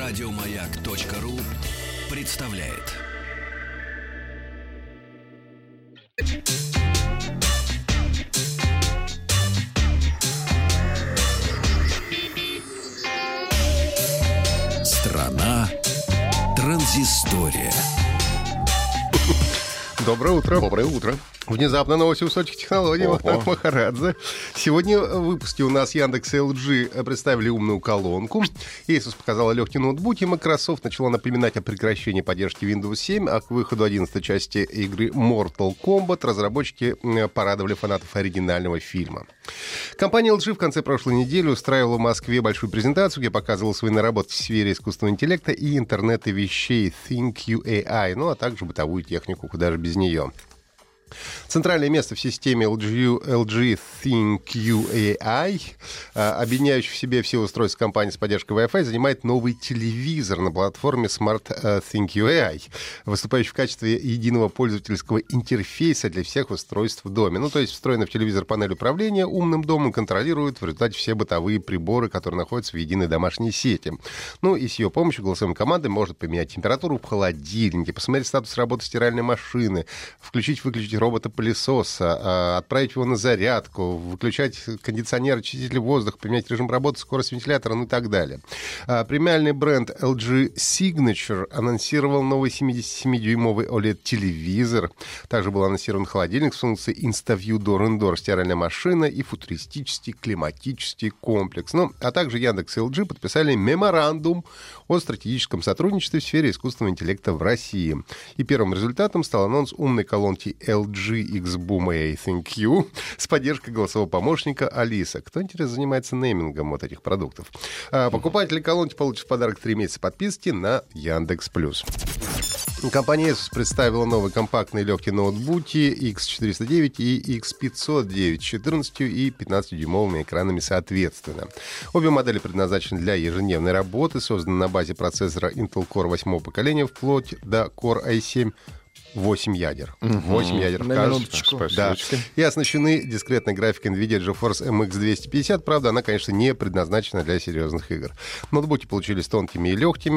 Радиомаяк.ру представляет. Страна транзистория. Доброе утро. Доброе утро. Внезапно новости высоких технологий. Вахтанг Махарадзе. Сегодня в выпуске у нас Яндекс и LG представили умную колонку. Asus показала легкие ноутбуки. Microsoft начала напоминать о прекращении поддержки Windows 7, а к выходу 11-й части игры Mortal Kombat разработчики порадовали фанатов оригинального фильма. Компания LG в конце прошлой недели устраивала в Москве большую презентацию, где показывала свои наработки в сфере искусственного интеллекта и интернета вещей ThinQ AI, ну а также бытовую технику, куда же без нее. Центральное место в системе LG ThinQ AI, объединяющий в себе все устройства компании с поддержкой Wi-Fi, занимает новый телевизор на платформе Smart ThinQ AI, выступающий в качестве единого пользовательского интерфейса для всех устройств в доме. Ну, то есть встроенная в телевизор панель управления умным домом контролирует в результате все бытовые приборы, которые находятся в единой домашней сети. Ну, и с ее помощью голосовым командой можно поменять температуру в холодильнике, посмотреть статус работы стиральной машины, включить-выключить робота-пылесоса, отправить его на зарядку, выключать кондиционер, очиститель воздуха, поменять режим работы, скорость вентилятора, ну и так далее. Премиальный бренд LG Signature анонсировал новый 77-дюймовый OLED-телевизор. Также был анонсирован холодильник с функцией InstaView Door-and-Door, стиральная машина и футуристический климатический комплекс. Ну, а также Яндекс и LG подписали меморандум о стратегическом сотрудничестве в сфере искусственного интеллекта в России. И первым результатом стал анонс умной колонки LG X-Boom AI ThinQ с поддержкой голосового помощника Алиса. Кто, интересно, занимается неймингом вот этих продуктов? Покупатели колонки получат в подарок 3 месяца подписки на Яндекс.Плюс. Компания Asus представила новые компактные легкие ноутбуки X409 и X509 с 14 и 15-дюймовыми экранами соответственно. Обе модели предназначены для ежедневной работы, созданы на базе процессора Intel Core 8-го поколения вплоть до Core i7. 8 ядер. 8 ядер в каждом. Да. И оснащены дискретной графикой NVIDIA GeForce MX 250. Правда, она, конечно, не предназначена для серьезных игр. Ноутбуки получились тонкими и легкими.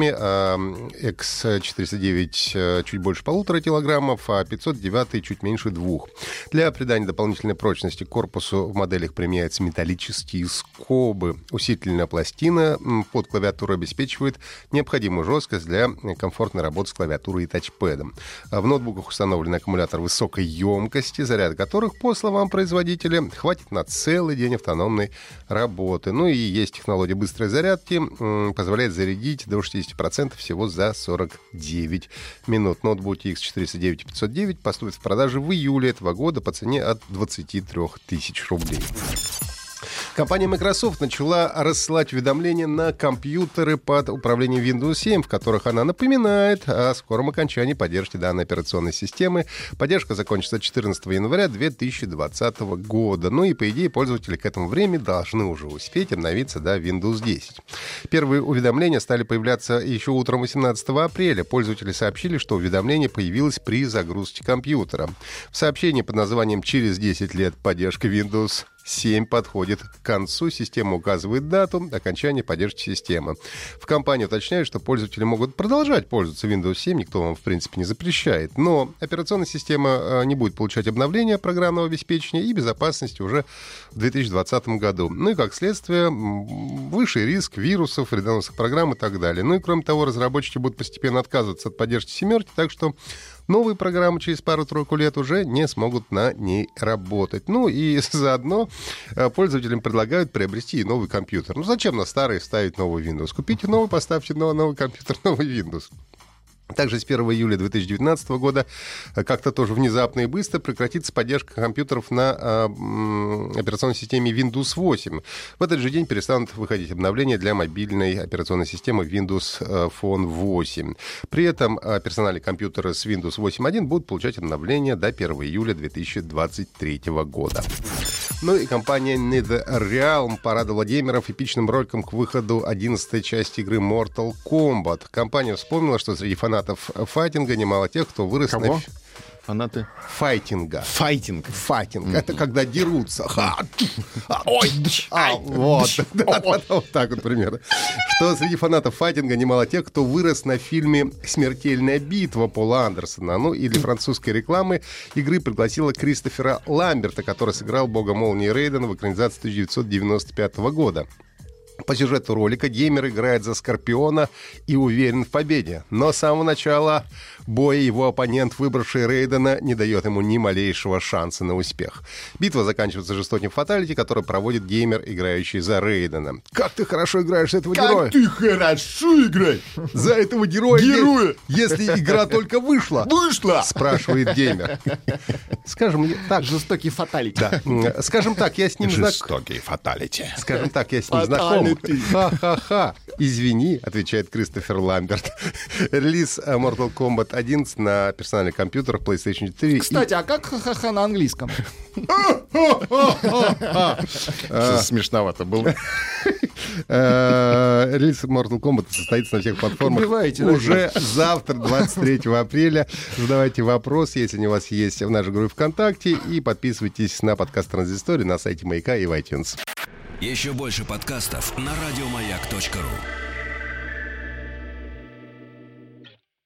X409 чуть больше 1,5 килограммов, а 509 чуть меньше 2. Для придания дополнительной прочности к корпусу в моделях применяются металлические скобы. Усилительная пластина под клавиатуру обеспечивает необходимую жесткость для комфортной работы с клавиатурой и тачпэдом. В ноутбуках установлен аккумулятор высокой емкости, заряд которых, по словам производителя, хватит на целый день автономной работы. Ну и есть технология быстрой зарядки, позволяет зарядить до 60% всего за 49 минут. Ноутбуки X409 и 509 поступят в продажу в июле этого года по цене от 23 тысяч рублей. Компания Microsoft начала рассылать уведомления на компьютеры под управлением Windows 7, в которых она напоминает о скором окончании поддержки данной операционной системы. Поддержка закончится 14 января 2020 года. Ну и, по идее, пользователи к этому времени должны уже успеть обновиться до Windows 10. Первые уведомления стали появляться еще утром 18 апреля. Пользователи сообщили, что уведомление появилось при загрузке компьютера. В сообщении под названием «Через 10 лет поддержка Windows 7 подходит к концу. Система указывает дату окончания поддержки системы. В компании уточняют, что пользователи могут продолжать пользоваться Windows 7, никто вам, в принципе, не запрещает. Но операционная система не будет получать обновления программного обеспечения и безопасности уже в 2020 году. Ну и, как следствие, высший риск вирусов, вредоносных программ и так далее. Ну и, кроме того, разработчики будут постепенно отказываться от поддержки семерки, так что новые программы через пару-тройку лет уже не смогут на ней работать. Ну и заодно пользователям предлагают приобрести и новый компьютер. Ну зачем на старый ставить новый Windows? Купите новый, поставьте новый компьютер, новый Windows. Также с 1 июля 2019 года как-то тоже внезапно и быстро прекратится поддержка компьютеров на операционной системе Windows 8. В этот же день перестанут выходить обновления для мобильной операционной системы Windows Phone 8. При этом персональные компьютеры с Windows 8.1 будут получать обновления до 1 июля 2023 года. Ну и компания NetherRealm порадовала геймеров эпичным роликом к выходу 11-й части игры Mortal Kombat. Компания вспомнила, что среди фанатов файтинга немало тех, кто вырос на... Фанаты? Файтинга. Файтинг. Это когда дерутся. Ой! Вот так вот примерно. что среди фанатов файтинга немало тех, кто вырос на фильме «Смертельная битва» Пола Андерсона. Ну и для французской рекламы игры пригласила Кристофера Ламберта, который сыграл бога молнии Рейдена в экранизации 1995 года. По сюжету ролика геймер играет за Скорпиона и уверен в победе. Но с самого начала боя его оппонент, выбравший Рейдена, не дает ему ни малейшего шанса на успех. Битва заканчивается жестоким фаталити, который проводит геймер, играющий за Рейдена. «Как ты хорошо играешь за этого героя!» Как ты хорошо играешь! «За этого героя! Если игра только вышла!» Вышла! Спрашивает геймер. Скажем так... Жестокий фаталити. Да. Скажем так, я с ним знаком. Жестокий фаталити. Скажем так, я с ним знаком. Ха-ха-ха. «Извини», отвечает Кристофер Ламберт. Релиз Mortal Kombat 11 на персональных компьютерах PlayStation 4. Кстати, а как ха-ха-ха на английском? Смешновато было. Релиз Mortal Kombat состоится на всех платформах уже завтра, 23 апреля. Задавайте вопрос, если они у вас есть, в нашей группе ВКонтакте. И подписывайтесь на подкаст «Транзистория» на сайте Маяка и в iTunes. Еще больше подкастов на радиомаяк.ру.